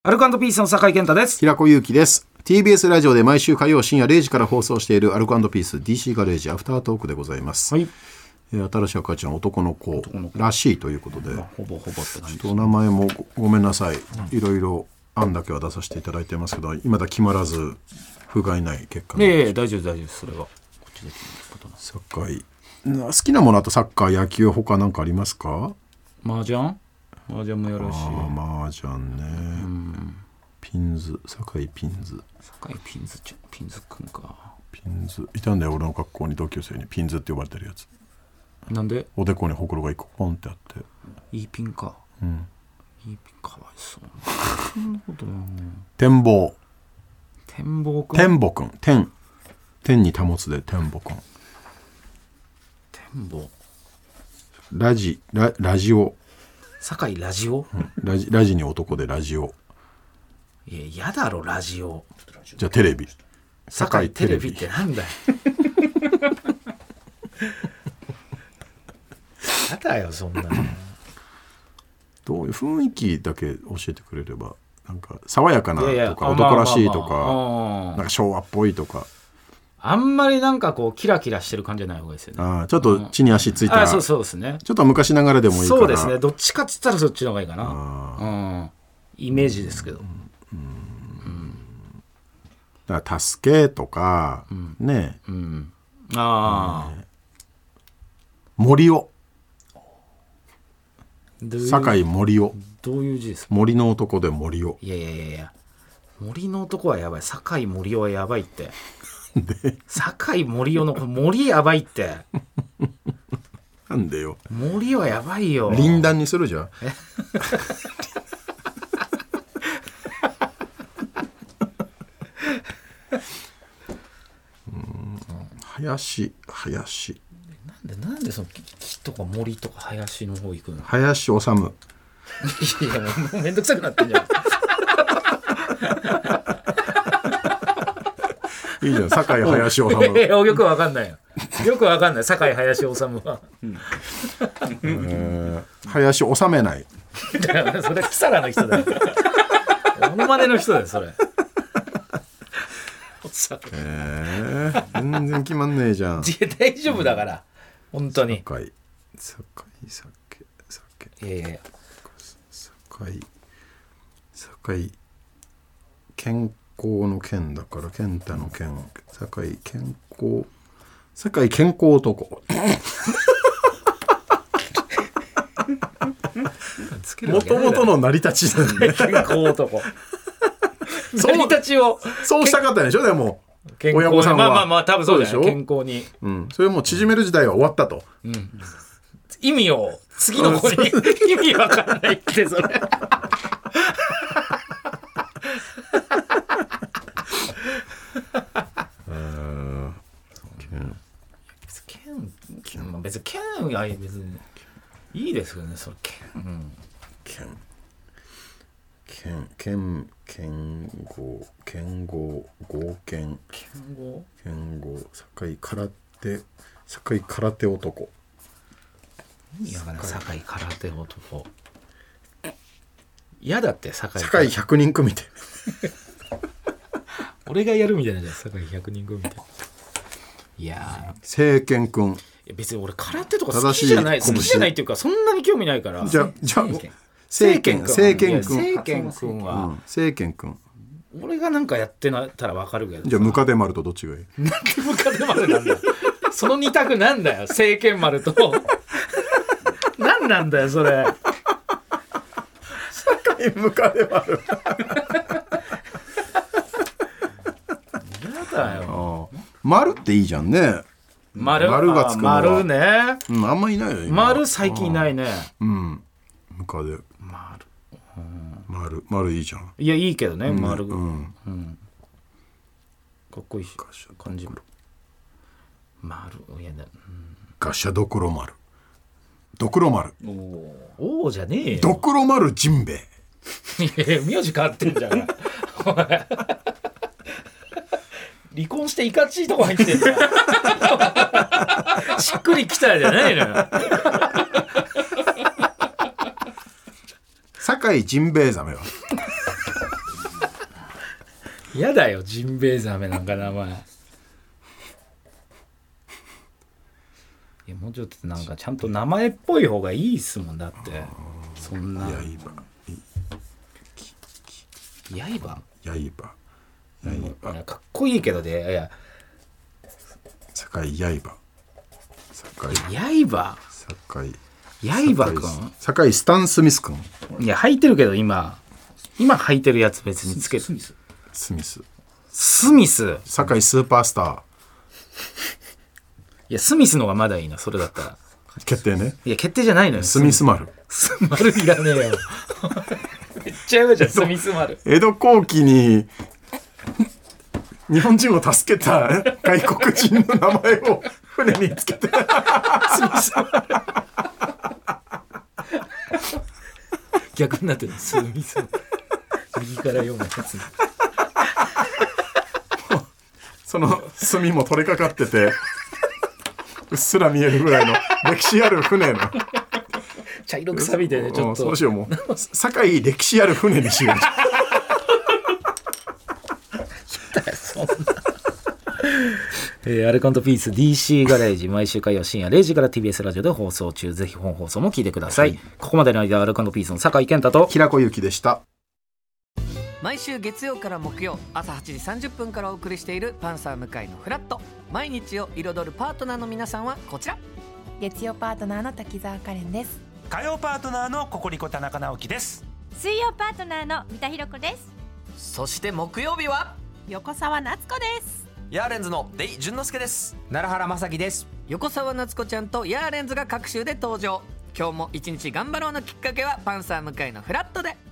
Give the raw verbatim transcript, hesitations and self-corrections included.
アルコ&ピースの酒井健太です。 平子祐希です。 ティービーエス ラジオで毎週火曜深夜れいじから放送しているアルコ&ピース ディーシー ガレージアフタートークでございます、はい。えー、新しい赤ちゃん男の子らしいということで、まあ、 ほぼほぼって感じです。 ちょっとお名前も ご, ごめんなさい、いろいろ案だけは出させていただいてますけど、今だ決まらず不甲斐ない結果。 ええ、大丈夫大丈夫。それはこっちで決めることなんです。 サッカー好きなもの、あとサッカー野球他何かありますか？ 麻雀麻雀もやるし、 あ麻雀ね、うん、ピンズ堺ピンズ堺ピンズちゃピンズくんか。 ピンズいたんだよ、俺の学校に同級生にピンズって呼ばれてるやつ。 なんで？ おでこにほくろが一個ポンってあって。 いいピンか、うん、いいピンかわいそうそんなことない。 展望展望くん展望くん天天に保つで展望くん。 展望ラジ ラ, ラジオ堺ラジオ、 うん、ラジラジに男でラジオ。 いややだろラジオ。 じゃあテレビ堺テレビってなんだよやだよそんなのどういう雰囲気だけ教えてくれれば。なんか爽やかなとか男らしいとかなんか昭和っぽいとか。 あんまりなんかこうキラキラしてる感じじゃない方がいいですよね。 あちょっと地に足ついた、 うん、そうそうですね。 ちょっと昔ながらでもいいから。 そうですね。どっちかっつったらそっちの方がいいかな。うん、イメージですけど、うんうん、 だから助けとか、うん、ねえ、うん、 ああ、 森尾堺森尾どういう字ですか？ 森の男で森尾。 いやいやいやいや、森の男はやばい。堺森尾はやばいって堺森尾の森やばいってなんでよ。 森はやばいよ。 林段にするじゃんうん林林なんでなんでその木とか森とか林の方行くの？ 林修いやもうめんどくさくなってんじゃんいいじゃん堺林修よくわかんないよよくわかんない堺林修は、うんえー、林収めないそれキサラの人だよモノマネの人だよそれえー、全然決まんねえじゃん大丈夫だから本当に。 堺堺酒酒いやいや堺堺健康の健だから健太の健。堺健康堺健康男もともとの成り立ちなんで健康男成り立ちをそうしたかったでしょ。でも親御さんはまあまあまあ多分そうでしょ。健康に、 うん、それも縮める時代は終わったと、 うん、意味を次の子に意味わかんないってそれ別に剣は別にいいですけどね。それ剣、うん、 剣剣剣剣豪剣豪豪剣剣豪剣豪堺空手堺空手男。 いや堺空手男嫌だって。堺堺ひゃくにん組って俺がやるみたいなじゃん堺ひゃくにん組みたいな。いや聖剣くん別に俺空手とか好きじゃない好きじゃないっていうかそんなに興味ないから。 じゃじゃ聖剣聖剣くん聖剣くんは聖剣くん俺がなんかやってなったらわかるけど。 じゃあムカデ丸とどっちがいい？ なんでムカデ丸なんだよその二択なんだよ。聖剣丸と何なんだよそれ堺ムカデ丸やだよ。 丸っていいじゃんね。 丸, 丸がつくのは丸ね、 うん、あんまいないよ今。 丸最近いないね。 うんムカデ丸、 うん、丸丸いいじゃん。 いやいいけどね、うん、丸、 うんうん、かっこいいし感じる。丸いやだ、うん、 ガシャドクロ丸ドクロ丸おおじゃねえよ。 ドクロ丸ジンベエいや名字変わってんじゃん離婚していかちいとこ入ってんじゃんしっくりきたじゃないのよ堺ジンベエザメはやだよジンベエザメなんか名前。いやもうちょっとなんかちゃんと名前っぽい方がいいっすもん。だってそんな刃刃刃刃かっこいいけどで、いや堺刃堺刃堺刃くん堺スタン・スミスくん。 いや履いてるけど今今履いてるやつ別につける。スミススミススミス堺スーパースター。 いやスミスのがまだいいなそれだったら。 決定ね。 いや決定じゃないのよ。 スミス丸。 ス丸いらねえよめっちゃやばいじゃんスミス丸。 江戸後期に日本人を助けた外国人の名前を船につけてスミス丸逆になってる。スミス丸右から読むやつ。 その墨も取れかかっててうっすら見えるぐらいの歴史ある船の茶色く錆びてねちょっと。 そうしよう。もう堺歴史ある船にしようそんなえー、アルコ&ピース ディーシー ガレージ毎週火曜深夜れいじから ティービーエス ラジオで放送中。ぜひ本放送も聞いてください、はい、ここまでの間アルコ&ピースの酒井健太と平子祐希でした。 毎週月曜から木曜朝はちじさんじゅっぷんからお送りしているパンサー向井のフラット。毎日を彩るパートナーの皆さんはこちら。 月曜パートナーの滝沢カレンです。 火曜パートナーのココリコ田中直樹です。 水曜パートナーの三田寛子です。 そして木曜日は横澤夏子です。 ヤーレンズのデイ淳之介です。 奈良原雅樹です。 横澤夏子ちゃんとヤーレンズが各週で登場。今日も一日頑張ろうのきっかけはパンサー向井のフラットで。